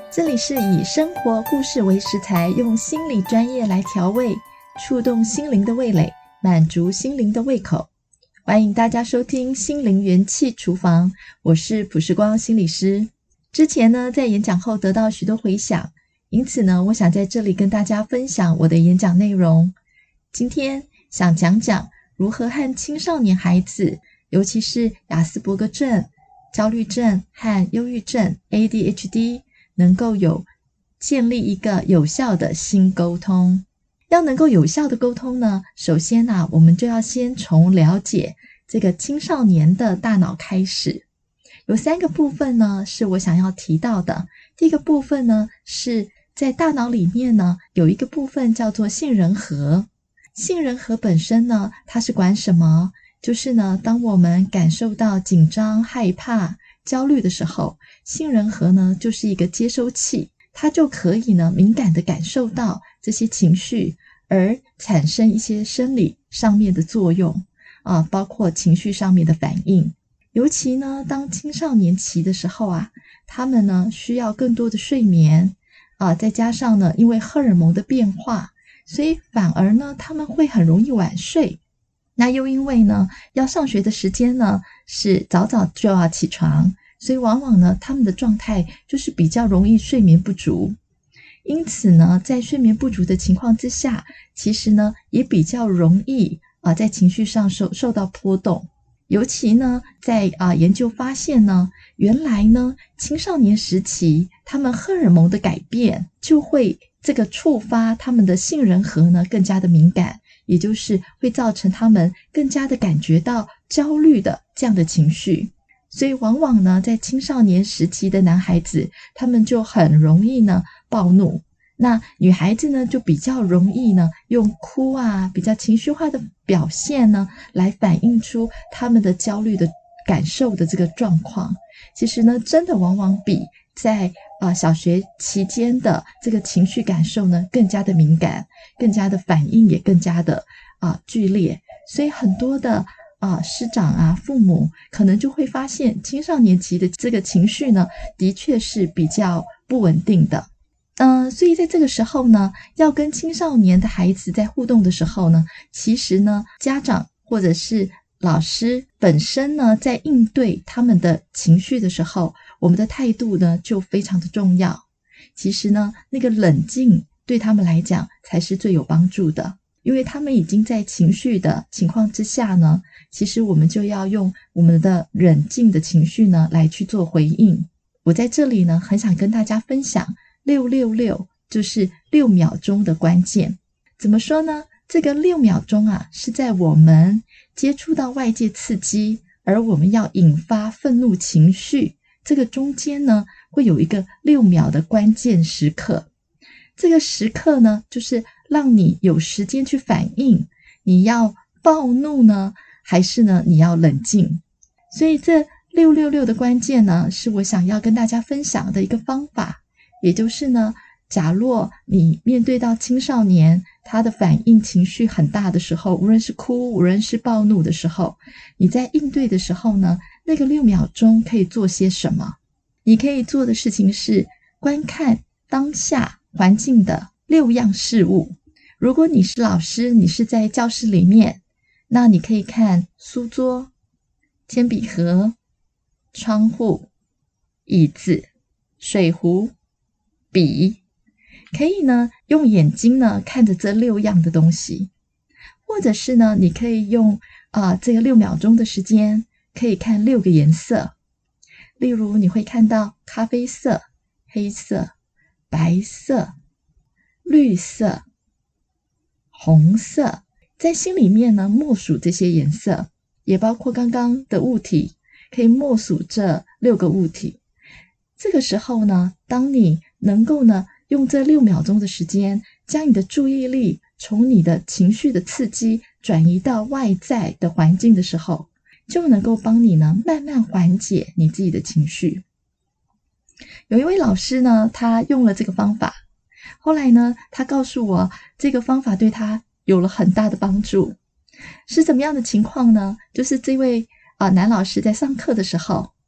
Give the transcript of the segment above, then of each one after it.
这里是以生活故事为食材，用心理专业来调味，触动心灵的味蕾，满足心灵的胃口。欢迎大家收听心灵元气厨房，我是朴时光心理师。之前呢，在演讲后得到许多回响，因此呢，我想在这里跟大家分享我的演讲内容。今天想讲讲如何和青少年孩子，尤其是亚斯伯格症、焦虑症和忧郁症 ADHD 能够建立一个有效的新沟通。要能够有效的沟通呢，首先我们就要先从了解这个青少年的大脑开始。有3个部分呢，是我想要提到的。第一个部分呢，是在大脑里面呢，有一个部分叫做杏仁核。杏仁核本身呢，它是管什么？就是呢，当我们感受到紧张、害怕、焦虑的时候，杏仁核呢就是一个接收器，它就可以呢敏感地感受到这些情绪，而产生一些生理上面的作用包括情绪上面的反应。尤其呢，当青少年期的时候他们呢需要更多的睡眠再加上呢，因为荷尔蒙的变化，所以反而呢他们会很容易晚睡。那又因为呢要上学的时间呢是早早就要起床，所以往往呢他们的状态就是比较容易睡眠不足。因此呢，在睡眠不足的情况之下，其实呢也比较容易在情绪上受到波动。尤其呢在研究发现呢，原来呢青少年时期他们荷尔蒙的改变就会这个触发他们的杏仁核呢更加的敏感，也就是会造成他们更加的感觉到焦虑的这样的情绪。所以往往呢在青少年时期的男孩子，他们就很容易呢暴怒，那女孩子呢就比较容易呢用哭比较情绪化的表现呢来反映出他们的焦虑的感受的这个状况。其实呢真的往往比在小学期间的这个情绪感受呢更加的敏感，更加的反应也更加的剧烈。所以很多的师长父母可能就会发现青少年期的这个情绪呢的确是比较不稳定的。所以在这个时候呢，要跟青少年的孩子在互动的时候呢，其实呢家长或者是老师本身呢在应对他们的情绪的时候，我们的态度呢就非常的重要。其实呢那个冷静对他们来讲才是最有帮助的，因为他们已经在情绪的情况之下呢，其实我们就要用我们的冷静的情绪呢来去做回应。我在这里呢很想跟大家分享666，就是6秒钟的关键。怎么说呢？这个6秒钟是在我们接触到外界刺激，而我们要引发愤怒情绪，这个中间呢会有一个6秒的关键时刻。这个时刻呢就是让你有时间去反应，你要暴怒呢还是呢你要冷静。所以这666的关键呢是我想要跟大家分享的一个方法。也就是呢，假若你面对到青少年他的反应情绪很大的时候，无论是哭无论是暴怒的时候，你在应对的时候呢，那个6秒钟可以做些什么？你可以做的事情是观看当下环境的6样事物。如果你是老师，你是在教室里面，那你可以看书桌、铅笔盒、窗户、椅子、水壶、笔，可以呢用眼睛呢看着这6样的东西，或者是呢你可以用这个6秒钟的时间可以看6个颜色。例如你会看到咖啡色、黑色、白色、绿色、红色，在心里面呢默数这些颜色，也包括刚刚的物体，可以默数这6个物体。这个时候呢，当你能够呢用这6秒钟的时间，将你的注意力从你的情绪的刺激转移到外在的环境的时候，就能够帮你呢慢慢缓解你自己的情绪。有一位老师呢，他用了这个方法，后来呢他告诉我这个方法对他有了很大的帮助。是怎么样的情况呢？就是这位男老师在上课的时候，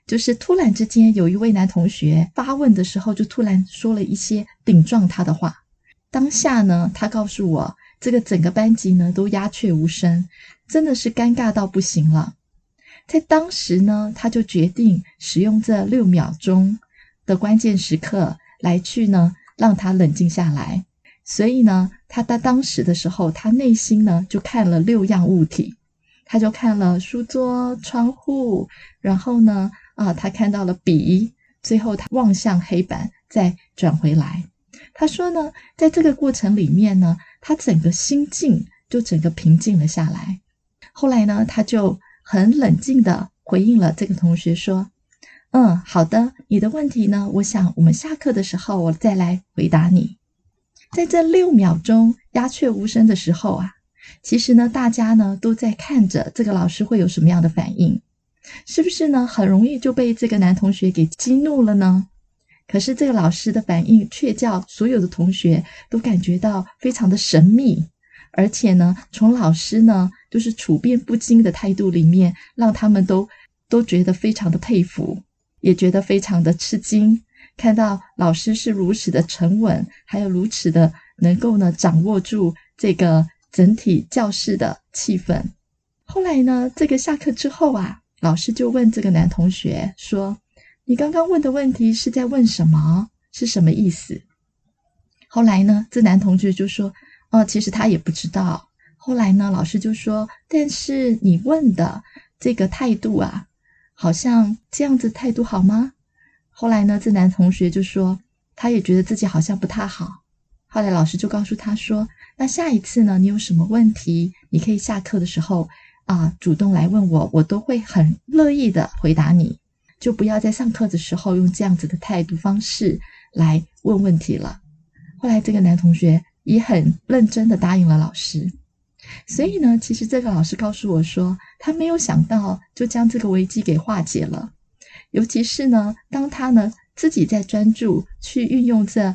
就是突然之间有一位男同学发问的时候，就突然说了一些顶撞他的话。当下呢，他告诉我，这个整个班级呢都鸦雀无声，真的是尴尬到不行了。在当时呢，他就决定使用这6秒钟的关键时刻来去呢让他冷静下来。所以呢，他在当时的时候，他内心呢就看了6样物体。他就看了书桌、窗户，然后呢他看到了笔，最后他望向黑板再转回来。他说呢，在这个过程里面呢，他整个心境就整个平静了下来。后来呢，他就很冷静地回应了这个同学说，好的，你的问题呢，我想我们下课的时候我再来回答你。在这6秒钟鸦雀无声的时候啊，其实呢，大家呢都在看着这个老师会有什么样的反应，是不是呢？很容易就被这个男同学给激怒了呢？可是这个老师的反应却叫所有的同学都感觉到非常的神秘，而且呢，从老师呢就是处变不惊的态度里面，让他们都觉得非常的佩服，也觉得非常的吃惊。看到老师是如此的沉稳，还有如此的能够呢掌握住这个整体教室的气氛。后来呢，这个下课之后啊，老师就问这个男同学说，你刚刚问的问题是在问什么？是什么意思？后来呢，这男同学就说，其实他也不知道。后来呢，老师就说，但是你问的这个态度啊，好像这样子态度好吗？后来呢，这男同学就说，他也觉得自己好像不太好。后来老师就告诉他说，那下一次呢，你有什么问题，你可以下课的时候主动来问我，我都会很乐意的回答你，就不要在上课的时候用这样子的态度方式来问问题了。后来这个男同学也很认真的答应了老师。所以呢，其实这个老师告诉我说，他没有想到就将这个危机给化解了。尤其是呢，当他呢自己在专注去运用这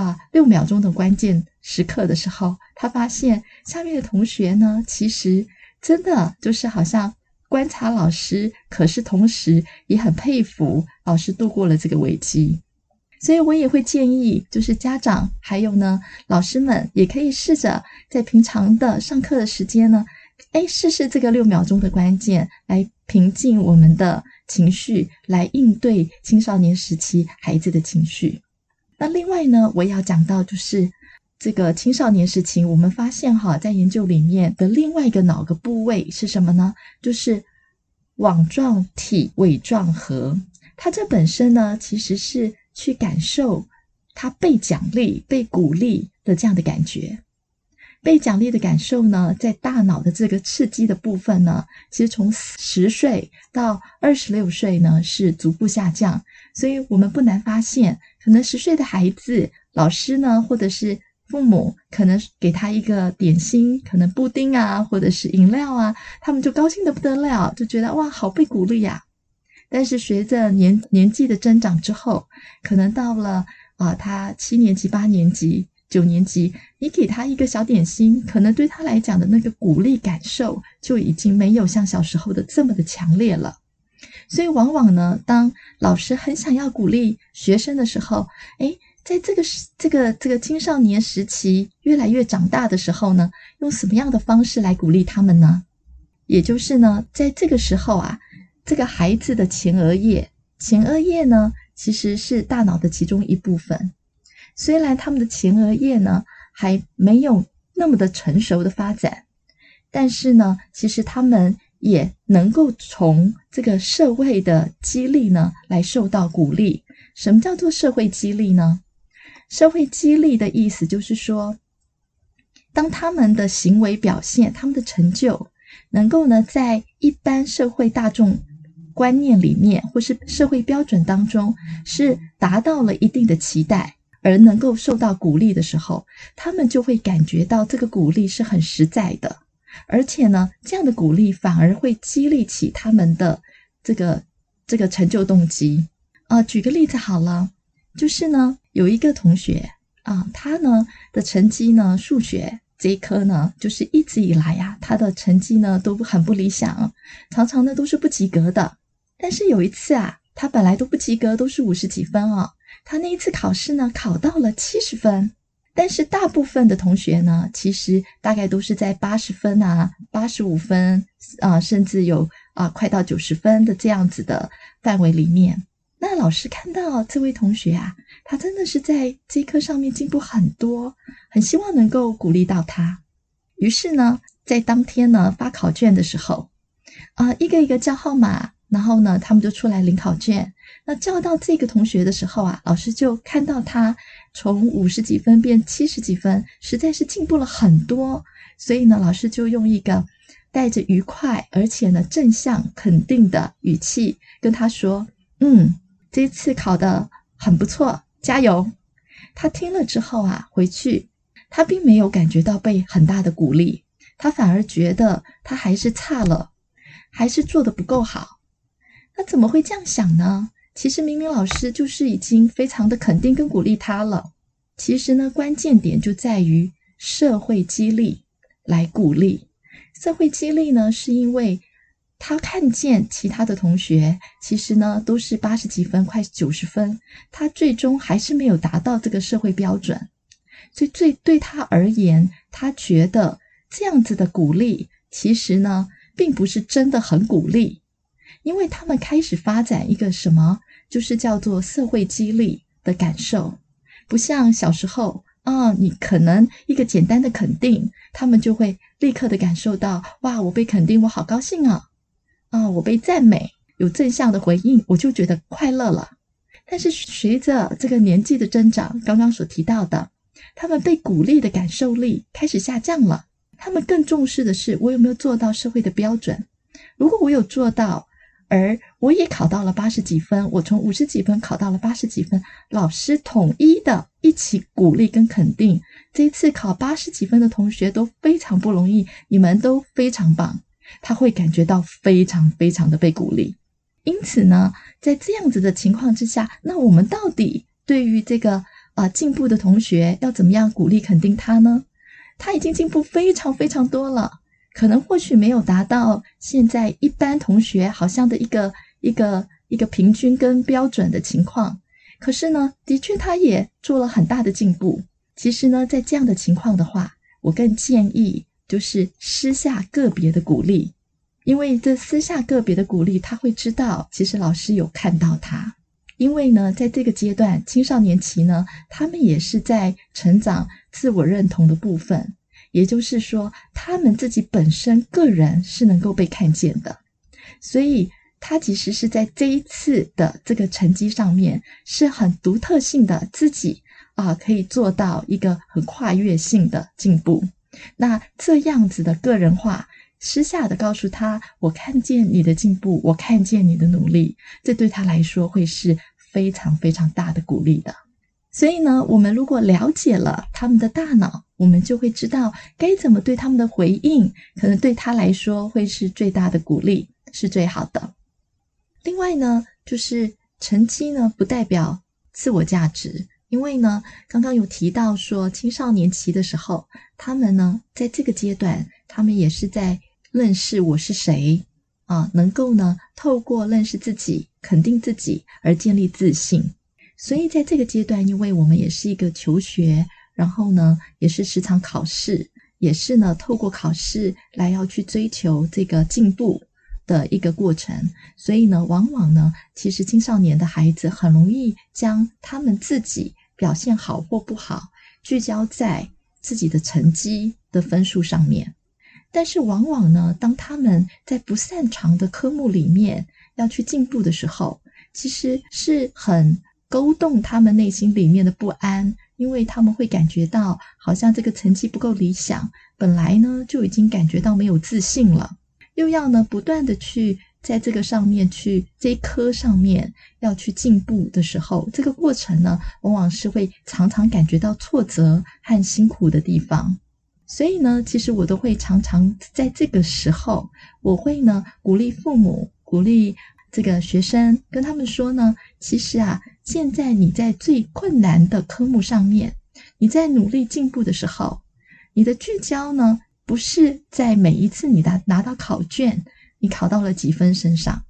6秒钟的关键时刻的时候，他发现下面的同学呢，其实真的就是好像观察老师，可是同时也很佩服老师度过了这个危机。所以我也会建议，就是家长还有呢老师们也可以试着在平常的上课的时间呢，试试这个6秒钟的关键，来平静我们的情绪，来应对青少年时期孩子的情绪。那另外呢，我也要讲到就是这个青少年时期，我们发现在研究里面的另外一个脑的部位是什么呢？就是网状体尾状核。它这本身呢，其实是去感受他被奖励、被鼓励的这样的感觉。被奖励的感受呢，在大脑的这个刺激的部分呢，其实从10岁到26岁呢是逐步下降。所以我们不难发现，可能10岁的孩子，老师呢或者是父母可能给他一个点心，可能布丁啊或者是饮料啊，他们就高兴得不得了，就觉得哇好被鼓励啊。但是随着年纪的增长之后，可能到了他7年级、8年级、9年级，你给他一个小点心，可能对他来讲的那个鼓励感受就已经没有像小时候的这么的强烈了。所以往往呢，当老师很想要鼓励学生的时候，在这个青少年时期越来越长大的时候呢，用什么样的方式来鼓励他们呢？也就是呢，在这个时候啊，这个孩子的前额叶呢，其实是大脑的其中一部分。虽然他们的前额叶呢还没有那么的成熟的发展，但是呢，其实他们也能够从这个社会的激励呢来受到鼓励。什么叫做社会激励呢？社会激励的意思就是说，当他们的行为表现、他们的成就能够呢在一般社会大众观念里面或是社会标准当中是达到了一定的期待，而能够受到鼓励的时候，他们就会感觉到这个鼓励是很实在的，而且呢，这样的鼓励反而会激励起他们的这个成就动机。举个例子好了，就是呢，有一个同学他呢的成绩呢，数学这一科呢，就是一直以来他的成绩呢都很不理想，常常呢都是不及格的。但是有一次他本来都不及格，都是50几分哦。他那一次考试呢，考到了70分。但是大部分的同学呢，其实大概都是在80分啊、85分甚至有快到90分的这样子的范围里面。那老师看到这位同学啊，他真的是在这一科上面进步很多，很希望能够鼓励到他。于是呢，在当天呢发考卷的时候，一个一个叫号码，然后呢，他们就出来领考卷。那叫到这个同学的时候啊，老师就看到他从50几分变70几分，实在是进步了很多。所以呢，老师就用一个带着愉快而且呢正向肯定的语气跟他说：这次考得很不错，加油。他听了之后啊，回去他并没有感觉到被很大的鼓励，他反而觉得他还是差了，还是做得不够好。那怎么会这样想呢？其实明明老师就是已经非常的肯定跟鼓励他了。其实呢，关键点就在于社会激励来鼓励。社会激励呢，是因为他看见其他的同学其实呢都是80几分快90分，他最终还是没有达到这个社会标准。所以对他而言，他觉得这样子的鼓励其实呢并不是真的很鼓励。因为他们开始发展一个什么，就是叫做社会激励的感受。不像小时候你可能一个简单的肯定，他们就会立刻的感受到，哇，我被肯定，我好高兴我被赞美，有正向的回应，我就觉得快乐了。但是随着这个年纪的增长，刚刚所提到的，他们被鼓励的感受力开始下降了。他们更重视的是我有没有做到社会的标准。如果我有做到，而我也考到了80几分，我从50几分考到了80几分，老师统一的一起鼓励跟肯定，这一次考80几分的同学都非常不容易，你们都非常棒，他会感觉到非常非常的被鼓励。因此呢，在这样子的情况之下，那我们到底对于这个进步的同学要怎么样鼓励肯定他呢？他已经进步非常非常多了，可能或许没有达到现在一般同学好像的一个平均跟标准的情况，可是呢，的确他也做了很大的进步。其实呢，在这样的情况的话，我更建议就是私下个别的鼓励，因为这私下个别的鼓励，他会知道其实老师有看到他。因为呢，在这个阶段青少年期呢，他们也是在成长自我认同的部分，也就是说他们自己本身个人是能够被看见的。所以他其实是在这一次的这个成绩上面是很独特性的，自己可以做到一个很跨越性的进步。那这样子的个人化，私下的告诉他，我看见你的进步，我看见你的努力，这对他来说会是非常非常大的鼓励的。所以呢，我们如果了解了他们的大脑，我们就会知道该怎么对他们的回应，可能对他来说会是最大的鼓励，是最好的。另外呢，就是成绩呢不代表自我价值，因为呢刚刚有提到说青少年期的时候，他们呢在这个阶段，他们也是在认识我是谁能够呢透过认识自己，肯定自己而建立自信。所以在这个阶段，因为我们也是一个求学，然后呢也是时常考试，也是呢透过考试来要去追求这个进步的一个过程，所以呢往往呢其实青少年的孩子很容易将他们自己表现好或不好聚焦在自己的成绩的分数上面。但是往往呢，当他们在不擅长的科目里面要去进步的时候，其实是很勾动他们内心里面的不安，因为他们会感觉到好像这个成绩不够理想，本来呢就已经感觉到没有自信了，又要呢不断的去在这个上面去这一科上面要去进步的时候，这个过程呢往往是会常常感觉到挫折和辛苦的地方。所以呢，其实我都会常常在这个时候，我会呢鼓励父母，鼓励这个学生，跟他们说呢，其实现在你在最困难的科目上面，你在努力进步的时候，你的聚焦呢不是在每一次你拿到考卷你考到了几分身上，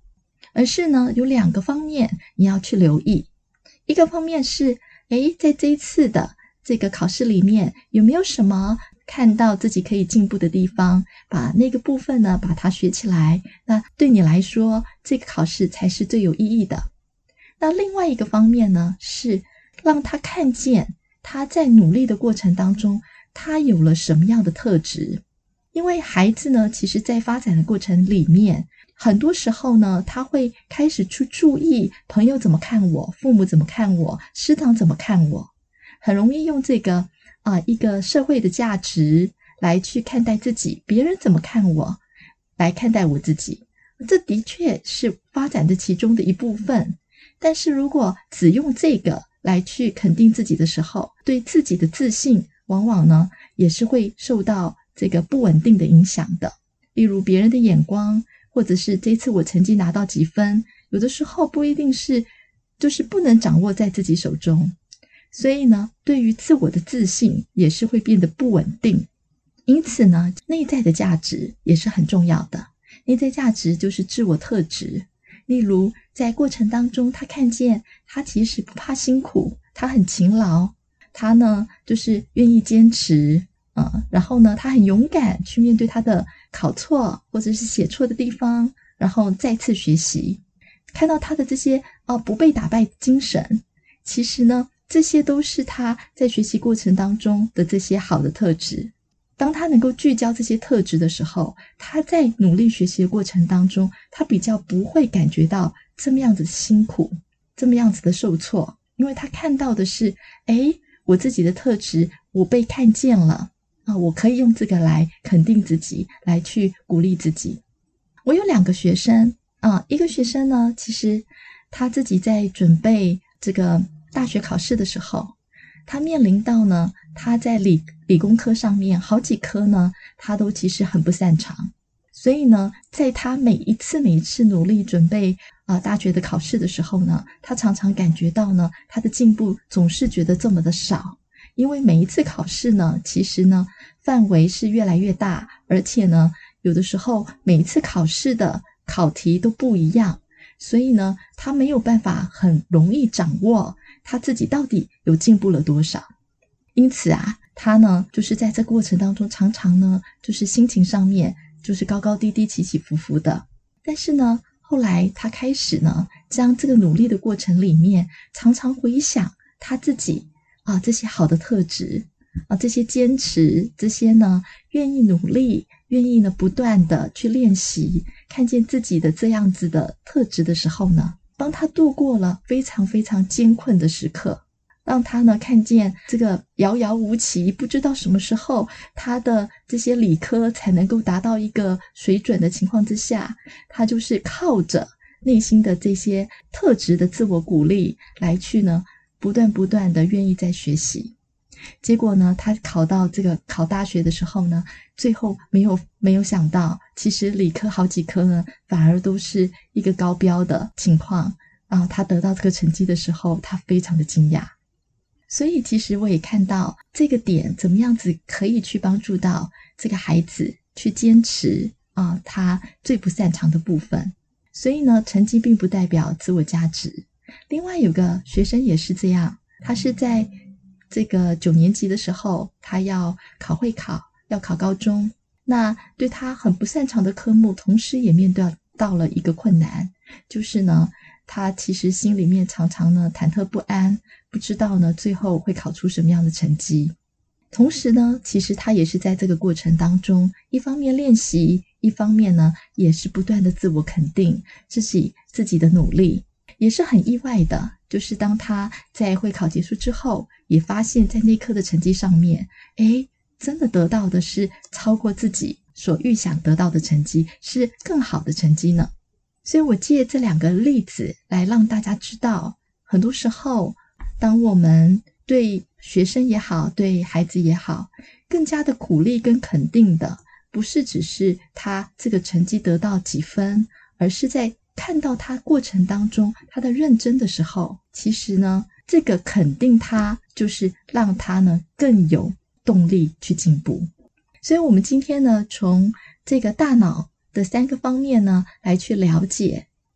而是呢有2个方面你要去留意。一个方面是在这一次的这个考试里面有没有什么看到自己可以进步的地方，把那个部分呢把它学起来，那对你来说这个考试才是最有意义的。那另外一个方面呢，是让他看见他在努力的过程当中他有了什么样的特质。因为孩子呢其实在发展的过程里面，很多时候呢他会开始去注意朋友怎么看我，父母怎么看我，师长怎么看我，很容易用这个一个社会的价值来去看待自己，别人怎么看我来看待我自己。这的确是发展的其中的一部分，但是如果只用这个来去肯定自己的时候，对自己的自信往往呢也是会受到这个不稳定的影响的。例如别人的眼光，或者是这次我成绩拿到几分，有的时候不一定是就是不能掌握在自己手中，所以呢对于自我的自信也是会变得不稳定。因此呢内在的价值也是很重要的。内在价值就是自我特质，例如在过程当中他看见他其实不怕辛苦，他很勤劳，他呢就是愿意坚持然后呢他很勇敢去面对他的考错或者是写错的地方，然后再次学习。看到他的这些不被打败精神，其实呢这些都是他在学习过程当中的这些好的特质。当他能够聚焦这些特质的时候，他在努力学习的过程当中，他比较不会感觉到这么样子辛苦，这么样子的受挫，因为他看到的是我自己的特质我被看见了我可以用这个来肯定自己，来去鼓励自己。我有2个学生一个学生呢其实他自己在准备这个大学考试的时候，他面临到呢他在理工科上面好几科呢他都其实很不擅长，所以呢在他每一次努力准备大学的考试的时候呢，他常常感觉到呢他的进步总是觉得这么的少。因为每一次考试呢其实呢范围是越来越大，而且呢有的时候每一次考试的考题都不一样，所以呢他没有办法很容易掌握他自己到底有进步了多少。因此他呢就是在这过程当中常常呢就是心情上面就是高高低低起起伏伏的。但是呢后来他开始呢将这个努力的过程里面常常回想他自己这些好的特质这些坚持，这些呢愿意努力，愿意呢不断的去练习，看见自己的这样子的特质的时候呢，帮他度过了非常非常艰困的时刻，让他呢看见这个遥遥无期，不知道什么时候他的这些理科才能够达到一个水准的情况之下，他就是靠着内心的这些特质的自我鼓励来去呢不断的愿意在学习。结果呢他考到这个考大学的时候呢，最后没有想到其实理科好几科呢反而都是一个高标的情况他得到这个成绩的时候他非常的惊讶。所以其实我也看到这个点怎么样子可以去帮助到这个孩子去坚持他最不擅长的部分。所以呢成绩并不代表自我价值。另外有个学生也是这样，他是在这个9年级的时候，他要考会考，要考高中，那对他很不擅长的科目，同时也面对到了一个困难，就是呢他其实心里面常常呢忐忑不安，不知道呢最后会考出什么样的成绩。同时呢其实他也是在这个过程当中，一方面练习，一方面呢也是不断的自我肯定自己的努力。也是很意外的，就是当他在会考结束之后，也发现在那科的成绩上面真的得到的是超过自己所预想得到的成绩，是更好的成绩呢。所以我借这2个例子来让大家知道，很多时候当我们对学生也好，对孩子也好，更加的鼓励跟肯定的，不是只是他这个成绩得到几分，而是在看到他过程当中他的认真的时候，其实呢这个肯定他就是让他呢更有动力去进步。所以我们今天呢从这个大脑的3个方面呢来去了解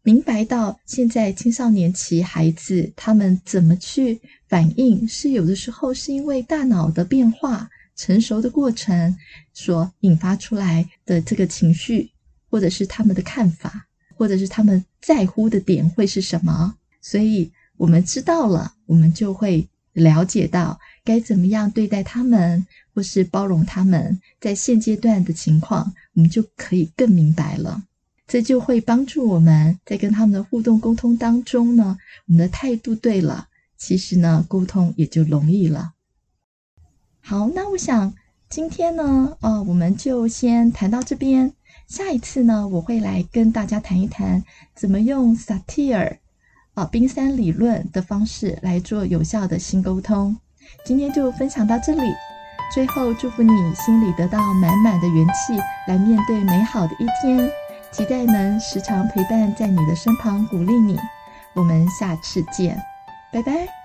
明白到现在青少年期孩子他们怎么去反应，是有的时候是因为大脑的变化成熟的过程所引发出来的这个情绪，或者是他们的看法，或者是他们在乎的点会是什么。所以我们知道了，我们就会了解到该怎么样对待他们，或是包容他们。在现阶段的情况，我们就可以更明白了。这就会帮助我们在跟他们的互动沟通当中呢，我们的态度对了，其实呢，沟通也就容易了。好，那我想今天呢，我们就先谈到这边。下一次呢，我会来跟大家谈一谈怎么用萨提尔冰山理论的方式来做有效的新沟通。今天就分享到这里，最后祝福你心里得到满满的元气，来面对美好的一天。期待能时常陪伴在你的身旁，鼓励你。我们下次见，拜拜。